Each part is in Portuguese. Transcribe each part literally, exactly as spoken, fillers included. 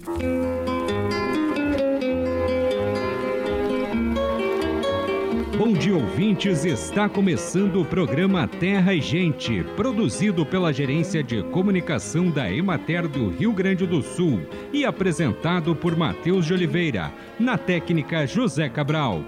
Bom dia, ouvintes! Está começando o programa Terra e Gente, produzido pela Gerência de Comunicação da Emater do Rio Grande do Sul e apresentado por Matheus de Oliveira, na técnica José Cabral.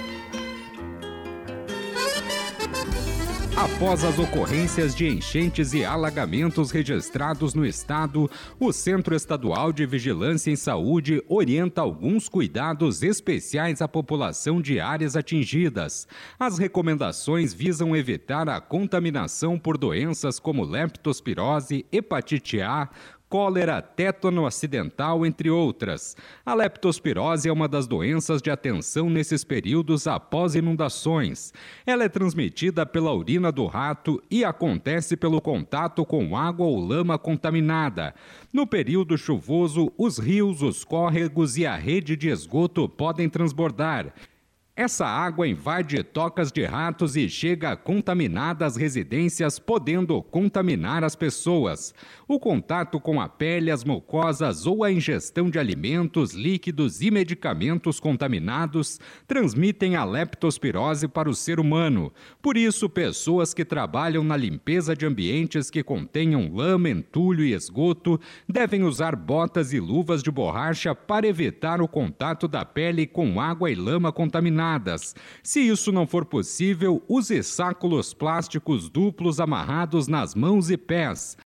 Após as ocorrências de enchentes e alagamentos registrados no estado, o Centro Estadual de Vigilância em Saúde orienta alguns cuidados especiais à população de áreas atingidas. As recomendações visam evitar a contaminação por doenças como leptospirose, hepatite A, cólera, tétano acidental, entre outras. A leptospirose é uma das doenças de atenção nesses períodos após inundações. Ela é transmitida pela urina do rato e acontece pelo contato com água ou lama contaminada. No período chuvoso, os rios, os córregos e a rede de esgoto podem transbordar. Essa água invade tocas de ratos e chega contaminada às residências, podendo contaminar as pessoas. O contato com a pele, as mucosas ou a ingestão de alimentos, líquidos e medicamentos contaminados transmitem a leptospirose para o ser humano. Por isso, pessoas que trabalham na limpeza de ambientes que contenham lama, entulho e esgoto devem usar botas e luvas de borracha para evitar o contato da pele com água e lama contaminadas. Se isso não for possível, use sáculos plásticos duplos amarrados nas mãos e pés.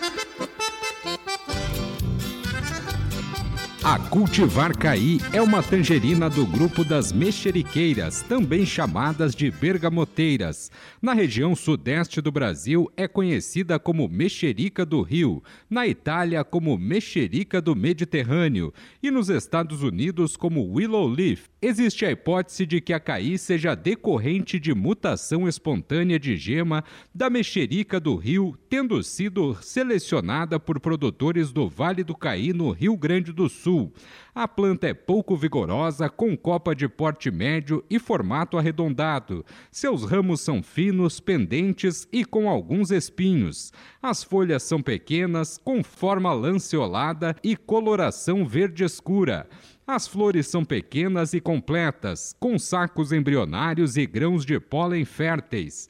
A Cultivar Caí é uma tangerina do grupo das mexeriqueiras, também chamadas de bergamoteiras. Na região sudeste do Brasil é conhecida como mexerica do Rio, na Itália como mexerica do Mediterrâneo e nos Estados Unidos como willow leaf. Existe a hipótese de que a caí seja decorrente de mutação espontânea de gema da mexerica do Rio, tendo sido selecionada por produtores do Vale do Caí, no Rio Grande do Sul. A planta é pouco vigorosa, com copa de porte médio e formato arredondado. Seus ramos são finos, pendentes e com alguns espinhos. As folhas são pequenas, com forma lanceolada e coloração verde escura. As flores são pequenas e completas, com sacos embrionários e grãos de pólen férteis.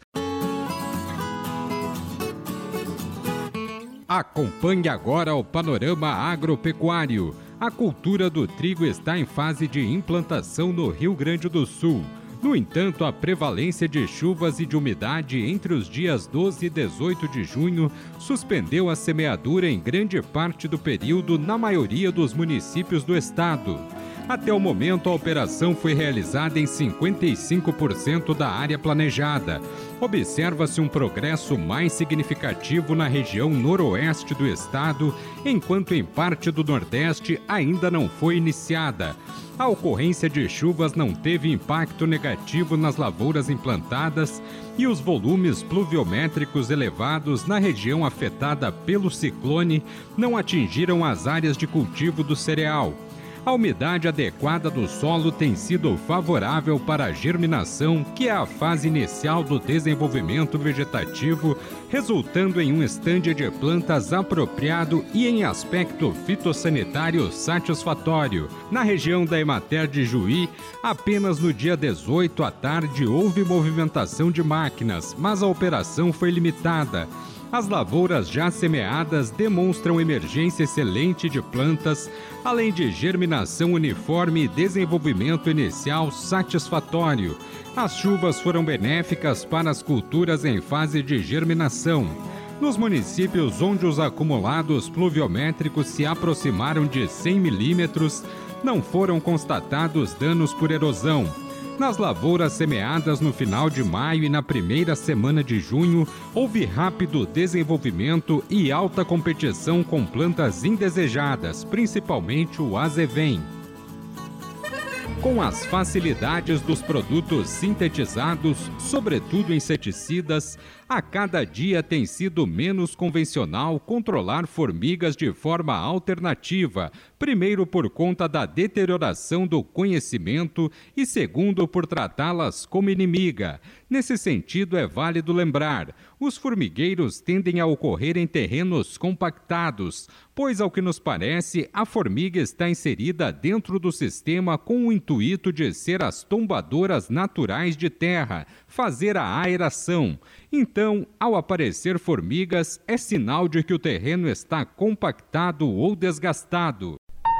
Acompanhe agora o panorama agropecuário. A cultura do trigo está em fase de implantação no Rio Grande do Sul. No entanto, a prevalência de chuvas e de umidade entre os dias doze e dezoito de junho suspendeu a semeadura em grande parte do período na maioria dos municípios do estado. Até o momento, a operação foi realizada em cinquenta e cinco por cento da área planejada. Observa-se um progresso mais significativo na região noroeste do estado, enquanto em parte do nordeste ainda não foi iniciada. A ocorrência de chuvas não teve impacto negativo nas lavouras implantadas e os volumes pluviométricos elevados na região afetada pelo ciclone não atingiram as áreas de cultivo do cereal. A umidade adequada do solo tem sido favorável para a germinação, que é a fase inicial do desenvolvimento vegetativo, resultando em um estande de plantas apropriado e em aspecto fitossanitário satisfatório. Na região da Emater de Juí, apenas no dia dezoito à tarde houve movimentação de máquinas, mas a operação foi limitada. As lavouras já semeadas demonstram emergência excelente de plantas, além de germinação uniforme e desenvolvimento inicial satisfatório. As chuvas foram benéficas para as culturas em fase de germinação. Nos municípios onde os acumulados pluviométricos se aproximaram de cem milímetros, não foram constatados danos por erosão. Nas lavouras semeadas no final de maio e na primeira semana de junho, houve rápido desenvolvimento e alta competição com plantas indesejadas, principalmente o azevém. Com as facilidades dos produtos sintetizados, sobretudo inseticidas, a cada dia tem sido menos convencional controlar formigas de forma alternativa, primeiro por conta da deterioração do conhecimento e segundo por tratá-las como inimiga. Nesse sentido, é válido lembrar, os formigueiros tendem a ocorrer em terrenos compactados, pois, ao que nos parece, a formiga está inserida dentro do sistema com o intuito de ser as tombadoras naturais de terra, fazer a aeração. Então, ao aparecer formigas, é sinal de que o terreno está compactado ou desgastado.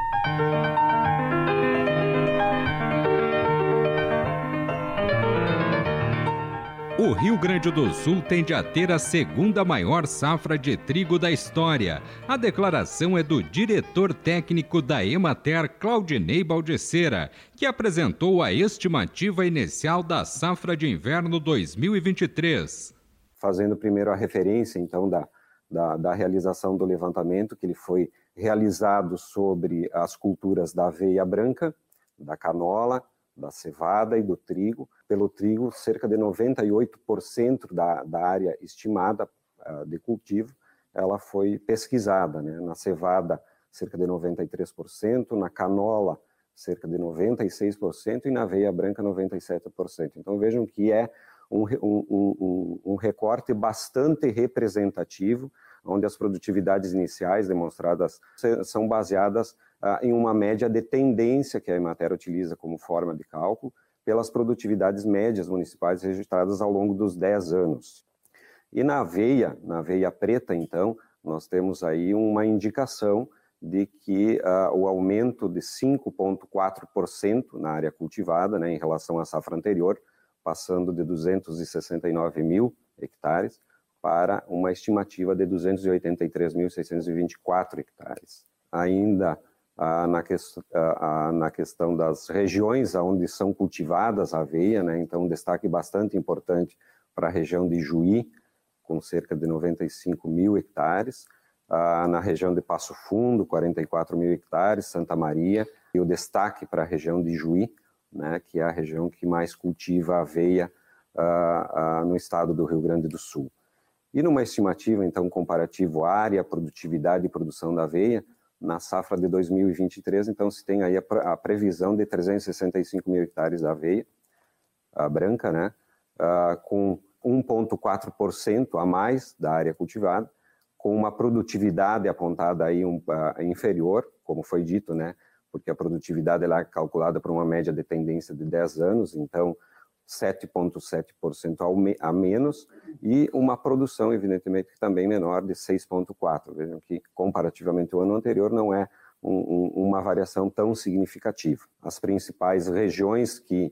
O Rio Grande do Sul tende a ter a segunda maior safra de trigo da história. A declaração é do diretor técnico da Emater, Claudinei Baldissera, que apresentou a estimativa inicial da safra de inverno dois mil e vinte e três. Fazendo primeiro a referência, então, da, da, da realização do levantamento, que ele foi realizado sobre as culturas da aveia branca, da canola, da cevada e do trigo. Pelo trigo, cerca de noventa e oito por cento da, da área estimada uh, de cultivo, ela foi pesquisada, né? Na cevada, cerca de noventa e três por cento, na canola, cerca de noventa e seis por cento e na aveia branca, noventa e sete por cento. Então vejam que é um, um, um, um recorte bastante representativo, onde as produtividades iniciais demonstradas são baseadas ah, em uma média de tendência que a Emater utiliza como forma de cálculo pelas produtividades médias municipais registradas ao longo dos dez anos. E na aveia, na aveia preta, então, nós temos aí uma indicação de que ah, o aumento de cinco vírgula quatro por cento na área cultivada, né, em relação à safra anterior, passando de duzentos e sessenta e nove mil hectares, para uma estimativa de duzentos e oitenta e três mil, seiscentos e vinte e quatro hectares. Ainda ah, na, que, ah, na questão das regiões onde são cultivadas a aveia, né, então um destaque bastante importante para a região de Juí, com cerca de noventa e cinco mil hectares, ah, na região de Passo Fundo, quarenta e quatro mil hectares, Santa Maria, e o destaque para a região de Juí, né, que é a região que mais cultiva aveia ah, ah, no estado do Rio Grande do Sul. E numa estimativa, então, comparativo área, produtividade e produção da aveia, na safra de dois mil e vinte e três, então, se tem aí a, a previsão de trezentos e sessenta e cinco mil hectares da aveia, a branca, né, uh, com um vírgula quatro por cento a mais da área cultivada, com uma produtividade apontada aí um, uh, inferior, como foi dito, né, porque a produtividade ela é calculada por uma média de tendência de dez anos, então, sete vírgula sete por cento a menos, e uma produção, evidentemente, também menor, de seis vírgula quatro por cento. Vejam que, comparativamente ao ano anterior, não é um, um, uma variação tão significativa. As principais regiões que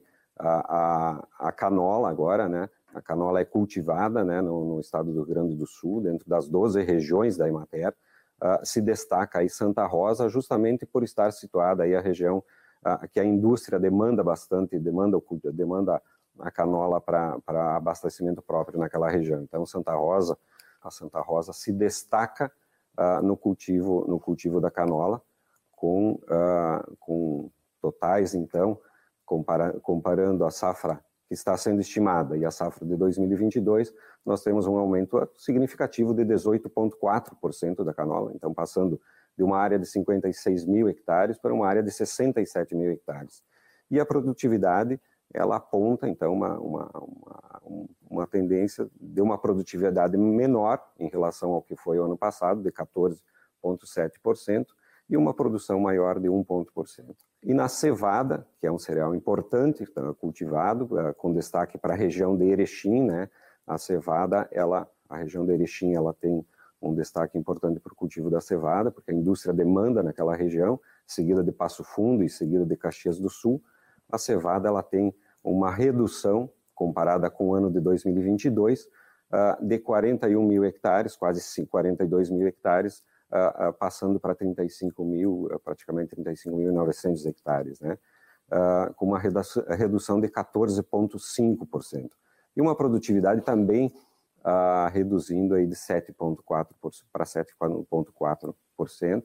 a, a, a canola agora, né, a canola é cultivada, né, no, no estado do Rio Grande do Sul, dentro das doze regiões da Emater, uh, se destaca aí Santa Rosa, justamente por estar situada aí a região uh, que a indústria demanda bastante, demanda, demanda a canola para abastecimento próprio naquela região. Então, Santa Rosa, a Santa Rosa se destaca uh, no, cultivo, no cultivo da canola, com, uh, com totais, então, compara, comparando a safra que está sendo estimada e a safra de dois mil e vinte e dois, nós temos um aumento significativo de dezoito vírgula quatro por cento da canola, então passando de uma área de cinquenta e seis mil hectares para uma área de sessenta e sete mil hectares. E a produtividade, ela aponta, então, uma, uma, uma, uma tendência de uma produtividade menor em relação ao que foi o ano passado, de quatorze vírgula sete por cento, e uma produção maior de um ponto por cento. E na cevada, que é um cereal importante, cultivado, com destaque para a região de Erechim, né? A cevada, ela, a região de Erechim, ela tem um destaque importante para o cultivo da cevada, porque a indústria demanda naquela região, seguida de Passo Fundo e seguida de Caxias do Sul. A cevada, ela tem uma redução, comparada com o ano de dois mil e vinte e dois, de quarenta e um mil hectares, quase quarenta e dois mil hectares, passando para trinta e cinco mil, praticamente trinta e cinco mil e novecentos hectares, né? Com uma redução de quatorze vírgula cinco por cento. E uma produtividade também reduzindo aí de sete vírgula quatro por cento para sete vírgula quatro por cento,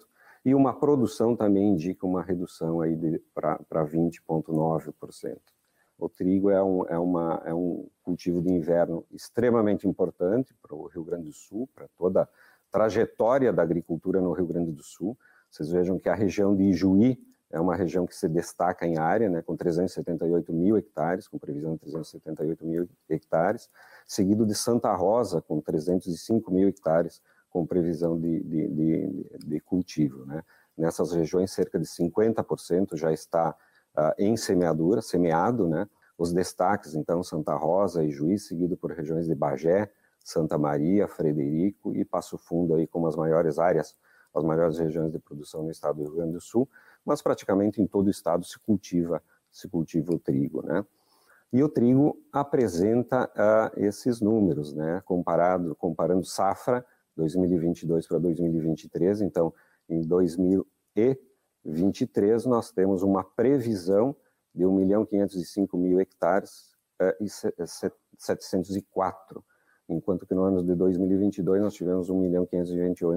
e uma produção também indica uma redução aí para vinte vírgula nove por cento. O trigo é um, é, uma, é um cultivo de inverno extremamente importante para o Rio Grande do Sul, para toda a trajetória da agricultura no Rio Grande do Sul. Vocês vejam que a região de Ijuí é uma região que se destaca em área, né, com trezentos e setenta e oito mil hectares, com previsão de trezentos e setenta e oito mil hectares, seguido de Santa Rosa, com trezentos e cinco mil hectares, com previsão de, de, de, de cultivo, né. Nessas regiões, cerca de cinquenta por cento já está uh, em semeadura, semeado, né. Os destaques, então, Santa Rosa e Ijuí, seguido por regiões de Bagé, Santa Maria, Frederico e Passo Fundo, aí, como as maiores áreas, as maiores regiões de produção no estado do Rio Grande do Sul, mas praticamente em todo o estado se cultiva, se cultiva o trigo, né? E o trigo apresenta uh, esses números, né? Comparado, comparando safra dois mil e vinte e dois para dois mil e vinte e três, então em dois mil e vinte e três nós temos uma previsão de um milhão quinhentos e cinco mil hectares uh, e setecentos e quatro, enquanto que no ano de dois mil e vinte e dois nós tivemos um milhão quinhentos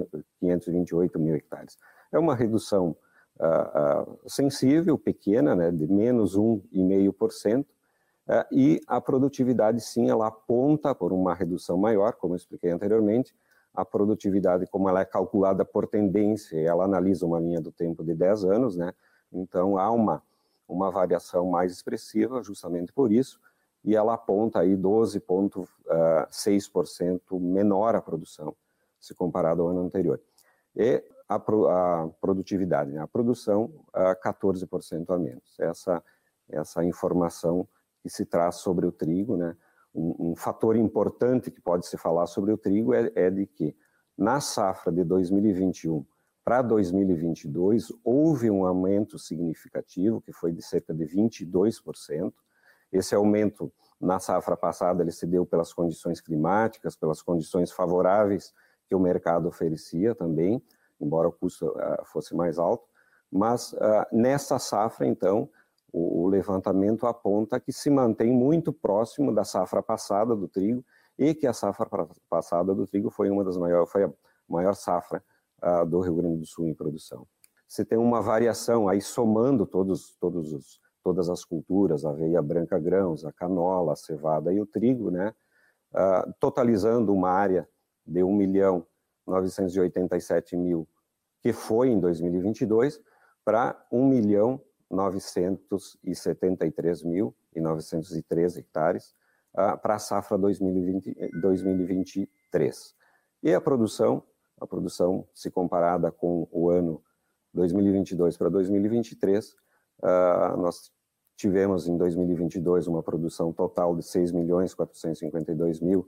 e vinte e oito mil hectares. É uma redução Uh, uh, sensível, pequena, né, de menos um vírgula cinco por cento, uh, e a produtividade, sim, ela aponta por uma redução maior, como eu expliquei anteriormente. A produtividade, como ela é calculada por tendência, ela analisa uma linha do tempo de dez anos, né, então há uma, uma variação mais expressiva, justamente por isso, e ela aponta aí doze vírgula seis por cento menor a produção, se comparado ao ano anterior. E a, pro, a produtividade, né? A produção, a quatorze por cento a menos. Essa, essa informação que se traz sobre o trigo, né? Um, um fator importante que pode se falar sobre o trigo é, é de que na safra de dois mil e vinte e um para dois mil e vinte e dois houve um aumento significativo, que foi de cerca de vinte e dois por cento. Esse aumento na safra passada ele se deu pelas condições climáticas, pelas condições favoráveis que o mercado oferecia também, embora o custo uh, fosse mais alto, mas uh, nessa safra, então, o, o levantamento aponta que se mantém muito próximo da safra passada do trigo e que a safra passada do trigo foi uma das maiores, foi a maior safra uh, do Rio Grande do Sul em produção. Se tem uma variação, aí somando todos, todos os, todas as culturas, a aveia branca grãos, a canola, a cevada e o trigo, né, uh, totalizando uma área de um milhão novecentos e oitenta e sete mil, que foi em dois mil e vinte e dois, para um milhão novecentos e setenta e três mil e novecentos e treze hectares uh, para a safra dois mil e vinte, dois mil e vinte e três. E a produção, a produção, se comparada com o ano dois mil e vinte e dois para dois mil e vinte e três, uh, nós tivemos em dois mil e vinte e dois uma produção total de seis milhões quatrocentos e cinquenta e dois mil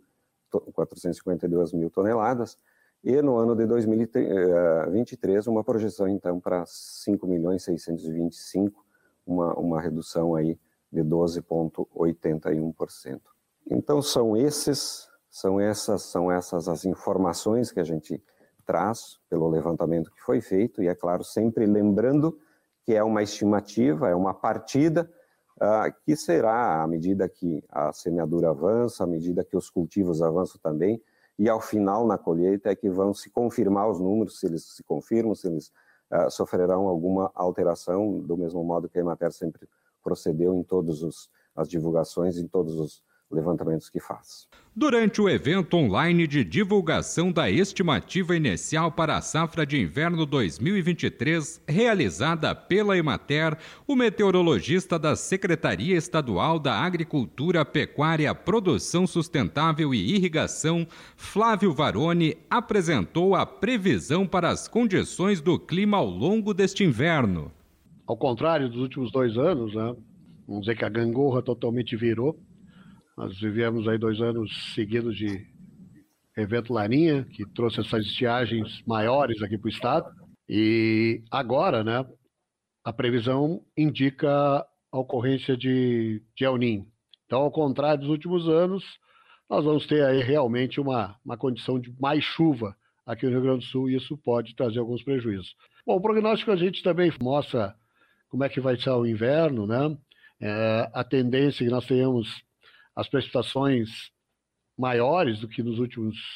toneladas, e no ano de dois mil e vinte e três uma projeção então para cinco milhões seiscentos e vinte e cinco, uma, uma redução aí de doze vírgula oitenta e um por cento. Então são esses, são essas, são essas as informações que a gente traz pelo levantamento que foi feito, e é claro, sempre lembrando que é uma estimativa, é uma partida uh, que será à medida que a semeadura avança, à medida que os cultivos avançam também, e ao final, na colheita, é que vão se confirmar os números, se eles se confirmam, se eles uh, sofrerão alguma alteração, do mesmo modo que a Emater sempre procedeu em todas as divulgações, em todos os levantamentos que faz. Durante o evento online de divulgação da estimativa inicial para a safra de inverno dois mil e vinte e três, realizada pela Emater, o meteorologista da Secretaria Estadual da Agricultura, Pecuária, Produção Sustentável e Irrigação, Flávio Varone, apresentou a previsão para as condições do clima ao longo deste inverno. Ao contrário dos últimos dois anos, né, vamos dizer que a gangorra totalmente virou. Nós vivemos aí dois anos seguidos de evento Laninha, que trouxe essas estiagens maiores aqui para o estado. E agora, né, a previsão indica a ocorrência de, de El Niño. Então, ao contrário dos últimos anos, nós vamos ter aí realmente uma, uma condição de mais chuva aqui no Rio Grande do Sul, e isso pode trazer alguns prejuízos. Bom, o prognóstico a gente também mostra como é que vai ser o inverno, né? É, a tendência é que nós tenhamos as precipitações maiores do que nos últimos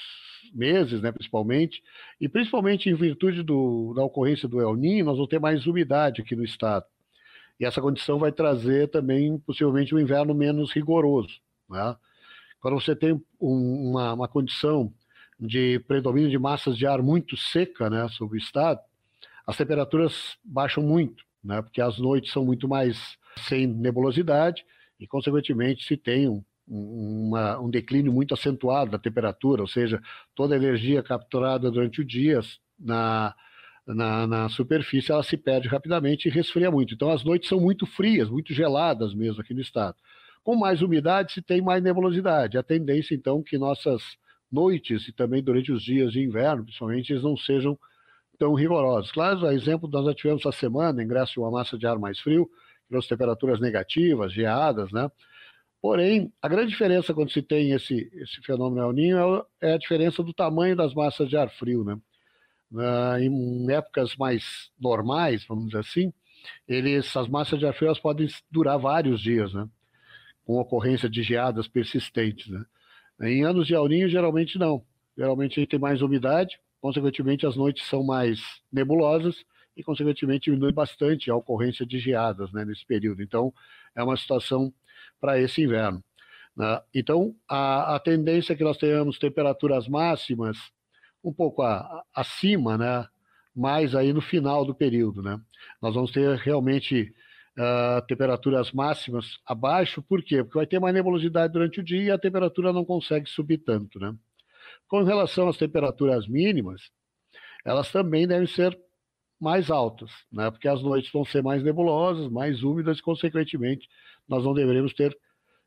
meses, né, principalmente, e principalmente em virtude do, da ocorrência do El Niño, nós vamos ter mais umidade aqui no estado. E essa condição vai trazer também, possivelmente, um inverno menos rigoroso, né? Quando você tem um, uma, uma condição de predomínio de massas de ar muito seca, né, sobre o estado, as temperaturas baixam muito, né, porque as noites são muito mais sem nebulosidade e, consequentemente, se tem um, uma, um declínio muito acentuado da temperatura, ou seja, toda a energia capturada durante o dia na, na, na superfície, ela se perde rapidamente e resfria muito. Então, as noites são muito frias, muito geladas mesmo aqui no estado. Com mais umidade, se tem mais nebulosidade. A tendência, então, que nossas noites e também durante os dias de inverno, principalmente, eles não sejam tão rigorosos. Claro, a exemplo, nós já tivemos essa semana, ingresso de uma massa de ar mais frio, que trouxe temperaturas negativas, geadas, né? Porém, a grande diferença quando se tem esse, esse fenômeno El Niño é a diferença do tamanho das massas de ar frio, né? Uh, em épocas mais normais, vamos dizer assim, eles, as massas de ar frio elas podem durar vários dias, né? Com ocorrência de geadas persistentes, né? Em anos de El Niño, geralmente não. Geralmente a gente tem mais umidade, consequentemente as noites são mais nebulosas e, consequentemente, diminui bastante a ocorrência de geadas, né, nesse período. Então, é uma situação para esse inverno, né? Então, a, a tendência é que nós tenhamos temperaturas máximas um pouco a, a, acima, né, mais aí no final do período, né? Nós vamos ter realmente uh, temperaturas máximas abaixo, por quê? Porque vai ter mais nebulosidade durante o dia e a temperatura não consegue subir tanto, né? Com relação às temperaturas mínimas, elas também devem ser mais altas, né? Porque as noites vão ser mais nebulosas, mais úmidas e, consequentemente, nós não deveremos ter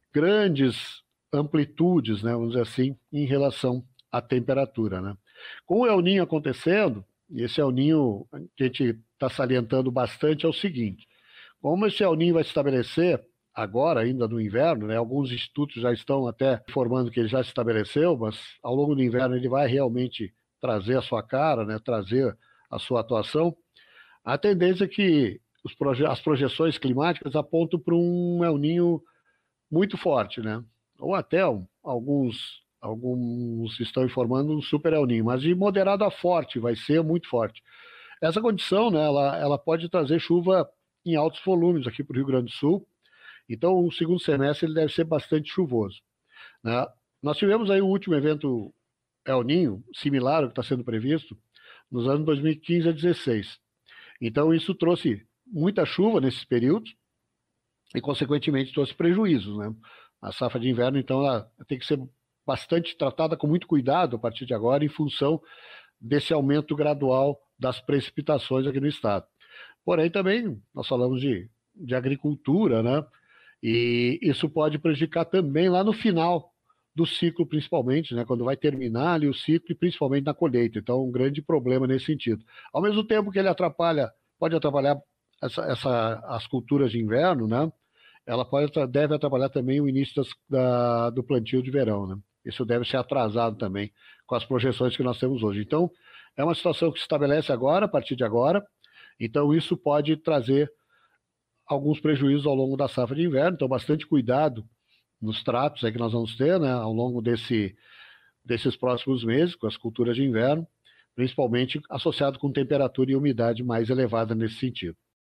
grandes amplitudes, né, vamos dizer assim, em relação à temperatura, né? Com o El Niño acontecendo, e esse El Niño que a gente está salientando bastante é o seguinte: como esse El Niño vai se estabelecer agora, ainda no inverno, né, alguns institutos já estão até informando que ele já se estabeleceu, mas ao longo do inverno ele vai realmente trazer a sua cara, né, trazer a sua atuação. A tendência é que os proje- as projeções climáticas apontam para um El Niño muito forte, né? Ou até um, alguns, alguns estão informando um super El Niño, mas de moderado a forte, vai ser muito forte. Essa condição, né, ela, ela pode trazer chuva em altos volumes aqui para o Rio Grande do Sul. Então, o segundo semestre ele deve ser bastante chuvoso, né? Nós tivemos aí o último evento El Niño, similar ao que está sendo previsto, nos anos dois mil e quinze a dezesseis. Então, isso trouxe muita chuva nesses períodos e, consequentemente, trouxe prejuízos, né? A safra de inverno, então, ela tem que ser bastante tratada com muito cuidado a partir de agora, em função desse aumento gradual das precipitações aqui no estado. Porém, também, nós falamos de, de agricultura, né? E isso pode prejudicar também lá no final do ciclo, principalmente, né? Quando vai terminar ali o ciclo e principalmente na colheita. Então, um grande problema nesse sentido. Ao mesmo tempo que ele atrapalha, pode atrapalhar essa, essa, as culturas de inverno, né? Ela pode, deve atrapalhar também o início das, da, do plantio de verão, né? Isso deve ser atrasado também com as projeções que nós temos hoje. Então, é uma situação que se estabelece agora, a partir de agora. Então, isso pode trazer alguns prejuízos ao longo da safra de inverno. Então, bastante cuidado nos tratos aí que nós vamos ter, né, ao longo desse, desses próximos meses, com as culturas de inverno, principalmente associado com temperatura e umidade mais elevada nesse sentido.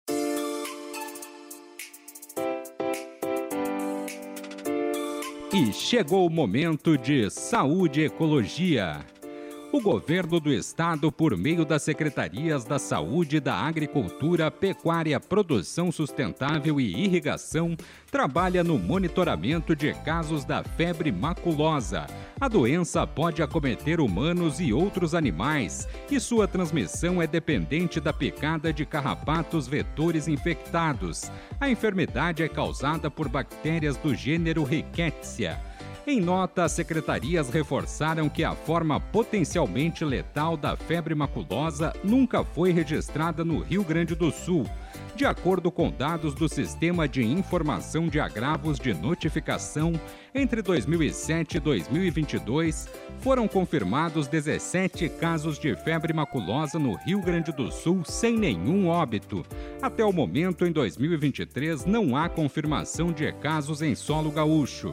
E chegou o momento de saúde e ecologia. O governo do estado, por meio das secretarias da Saúde, da Agricultura, Pecuária, Produção Sustentável e Irrigação, trabalha no monitoramento de casos da febre maculosa. A doença pode acometer humanos e outros animais, e sua transmissão é dependente da picada de carrapatos vetores infectados. A enfermidade é causada por bactérias do gênero Rickettsia. Em nota, as secretarias reforçaram que a forma potencialmente letal da febre maculosa nunca foi registrada no Rio Grande do Sul. De acordo com dados do Sistema de Informação de Agravos de Notificação, entre dois mil e sete e dois mil e vinte e dois, foram confirmados dezessete casos de febre maculosa no Rio Grande do Sul, sem nenhum óbito. Até o momento, em dois mil e vinte e três, não há confirmação de casos em solo gaúcho.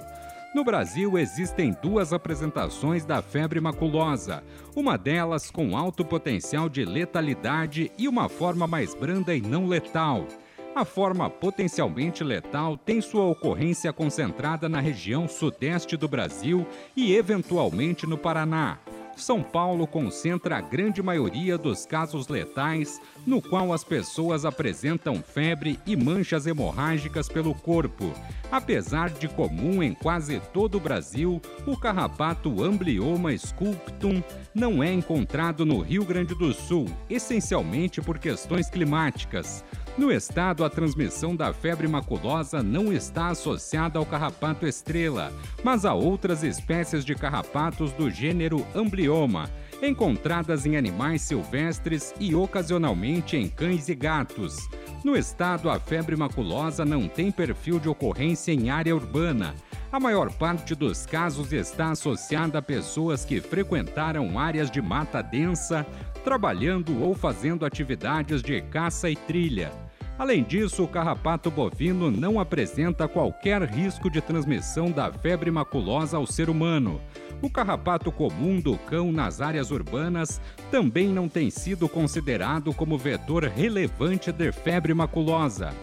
No Brasil, existem duas apresentações da febre maculosa, uma delas com alto potencial de letalidade e uma forma mais branda e não letal. A forma potencialmente letal tem sua ocorrência concentrada na região sudeste do Brasil e, eventualmente, no Paraná. São Paulo concentra a grande maioria dos casos letais, no qual as pessoas apresentam febre e manchas hemorrágicas pelo corpo. Apesar de comum em quase todo o Brasil, o carrapato Amblyomma sculptum não é encontrado no Rio Grande do Sul, essencialmente por questões climáticas. No estado, a transmissão da febre maculosa não está associada ao carrapato estrela, mas a outras espécies de carrapatos do gênero Amblyomma, encontradas em animais silvestres e ocasionalmente em cães e gatos. No estado, a febre maculosa não tem perfil de ocorrência em área urbana. A maior parte dos casos está associada a pessoas que frequentaram áreas de mata densa, trabalhando ou fazendo atividades de caça e trilha. Além disso, o carrapato bovino não apresenta qualquer risco de transmissão da febre maculosa ao ser humano. O carrapato comum do cão nas áreas urbanas também não tem sido considerado como vetor relevante de febre maculosa.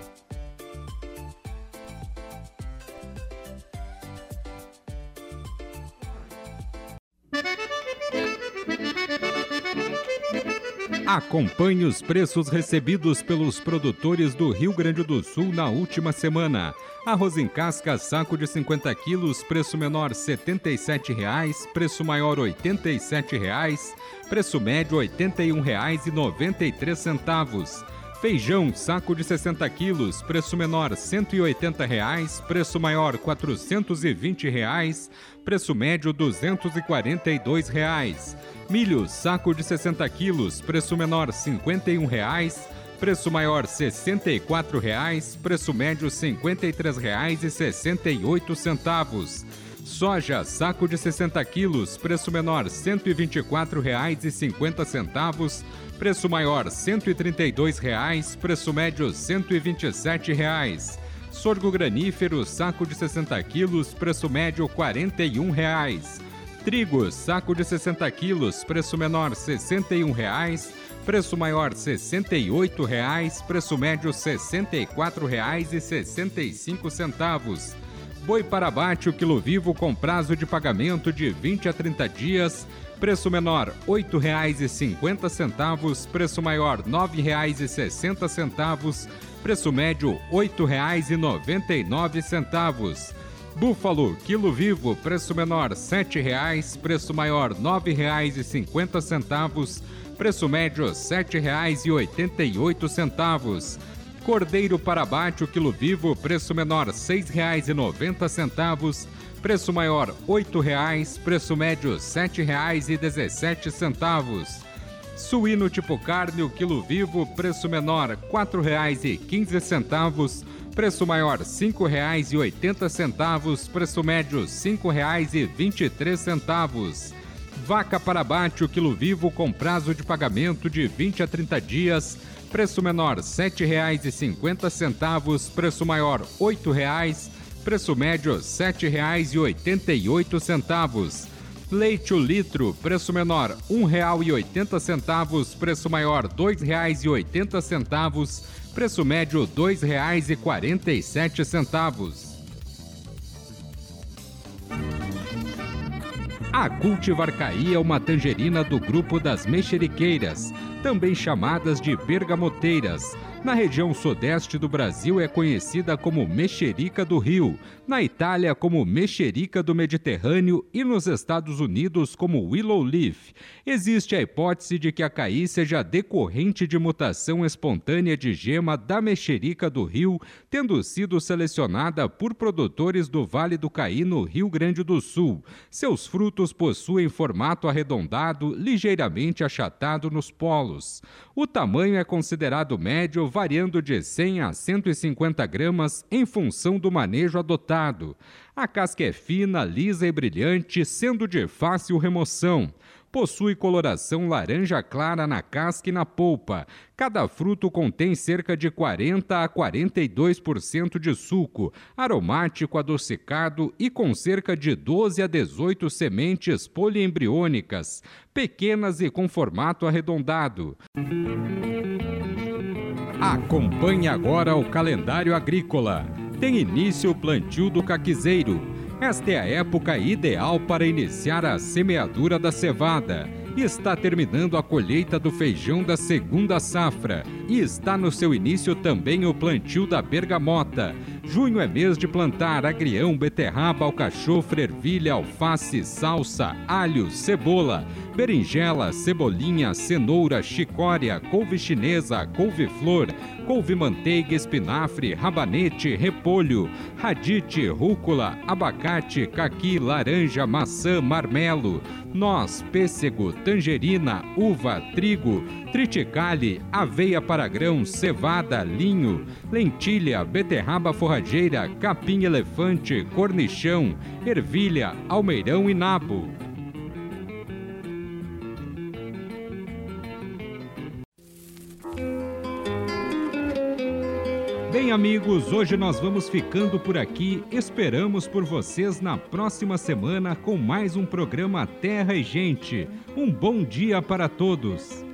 Acompanhe os preços recebidos pelos produtores do Rio Grande do Sul na última semana. Arroz em casca, saco de cinquenta quilos, preço menor setenta e sete reais, preço maior oitenta e sete reais, preço médio oitenta e um reais e noventa e três centavos. Feijão, saco de sessenta quilos, preço menor cento e oitenta reais, preço maior quatrocentos e vinte reais, preço médio duzentos e quarenta e dois reais. Milho, saco de sessenta quilos, preço menor cinquenta e um reais, preço maior sessenta e quatro reais, preço médio cinquenta e três reais e sessenta e oito centavos. Soja, saco de sessenta quilos, preço menor cento e vinte e quatro reais e cinquenta centavos, preço maior cento e trinta e dois reais, preço médio cento e vinte e sete reais. Sorgo granífero, saco de sessenta quilos, preço médio quarenta e um reais. Trigo, saco de sessenta quilos, preço menor sessenta e um reais, preço maior sessenta e oito reais, preço médio sessenta e quatro reais e sessenta e cinco centavos. Boi para abate, o quilo vivo com prazo de pagamento de vinte a trinta dias, preço menor oito reais e cinquenta centavos, preço maior nove reais e sessenta centavos, preço médio oito reais e noventa e nove centavos. Búfalo, quilo vivo, preço menor sete reais, preço maior nove reais e cinquenta centavos, preço médio sete reais e oitenta e oito centavos. Cordeiro para abate, o quilo vivo, preço menor seis reais e noventa centavos, preço maior oito reais, preço médio sete reais e dezessete centavos. Suíno tipo carne, o quilo vivo, preço menor quatro reais e quinze centavos, preço maior cinco reais e oitenta centavos, preço médio cinco reais e vinte e três centavos. Vaca para abate, o quilo vivo com prazo de pagamento de vinte a trinta dias, preço menor sete reais e cinquenta centavos, preço maior oito reais, preço médio sete reais e oitenta e oito centavos. Leite o litro, preço menor um real e oitenta centavos, preço maior dois reais e oitenta centavos, preço médio dois reais e quarenta e sete centavos. A cultivar-caí é uma tangerina do grupo das mexeriqueiras, também chamadas de bergamoteiras. Na região sudeste do Brasil é conhecida como mexerica do Rio, na Itália como mexerica do Mediterrâneo e nos Estados Unidos como willow leaf. Existe a hipótese de que a caí seja decorrente de mutação espontânea de gema da mexerica do Rio, tendo sido selecionada por produtores do Vale do Caí no Rio Grande do Sul. Seus frutos possuem formato arredondado, ligeiramente achatado nos polos. O tamanho é considerado médio, variando de cem a cento e cinquenta gramas em função do manejo adotado. A casca é fina, lisa e brilhante, sendo de fácil remoção. Possui coloração laranja clara na casca e na polpa. Cada fruto contém cerca de quarenta a quarenta e dois por cento de suco, aromático adocicado e com cerca de doze a dezoito sementes poliembriônicas, pequenas e com formato arredondado. Acompanhe agora o calendário agrícola. Tem início o plantio do caquizeiro. Esta é a época ideal para iniciar a semeadura da cevada. Está terminando a colheita do feijão da segunda safra e está no seu início também o plantio da bergamota. Junho é mês de plantar agrião, beterraba, alcachofra, ervilha, alface, salsa, alho, cebola, berinjela, cebolinha, cenoura, chicória, couve chinesa, couve-flor, couve-manteiga, espinafre, rabanete, repolho, radite, rúcula, abacate, caqui, laranja, maçã, marmelo, noz, pêssego, tangerina, uva, trigo, triticale, aveia para grão, cevada, linho, lentilha, beterraba forrageira, capim-elefante, cornichão, ervilha, almeirão e nabo. Bem, amigos, hoje nós vamos ficando por aqui. Esperamos por vocês na próxima semana com mais um programa Terra e Gente. Um bom dia para todos.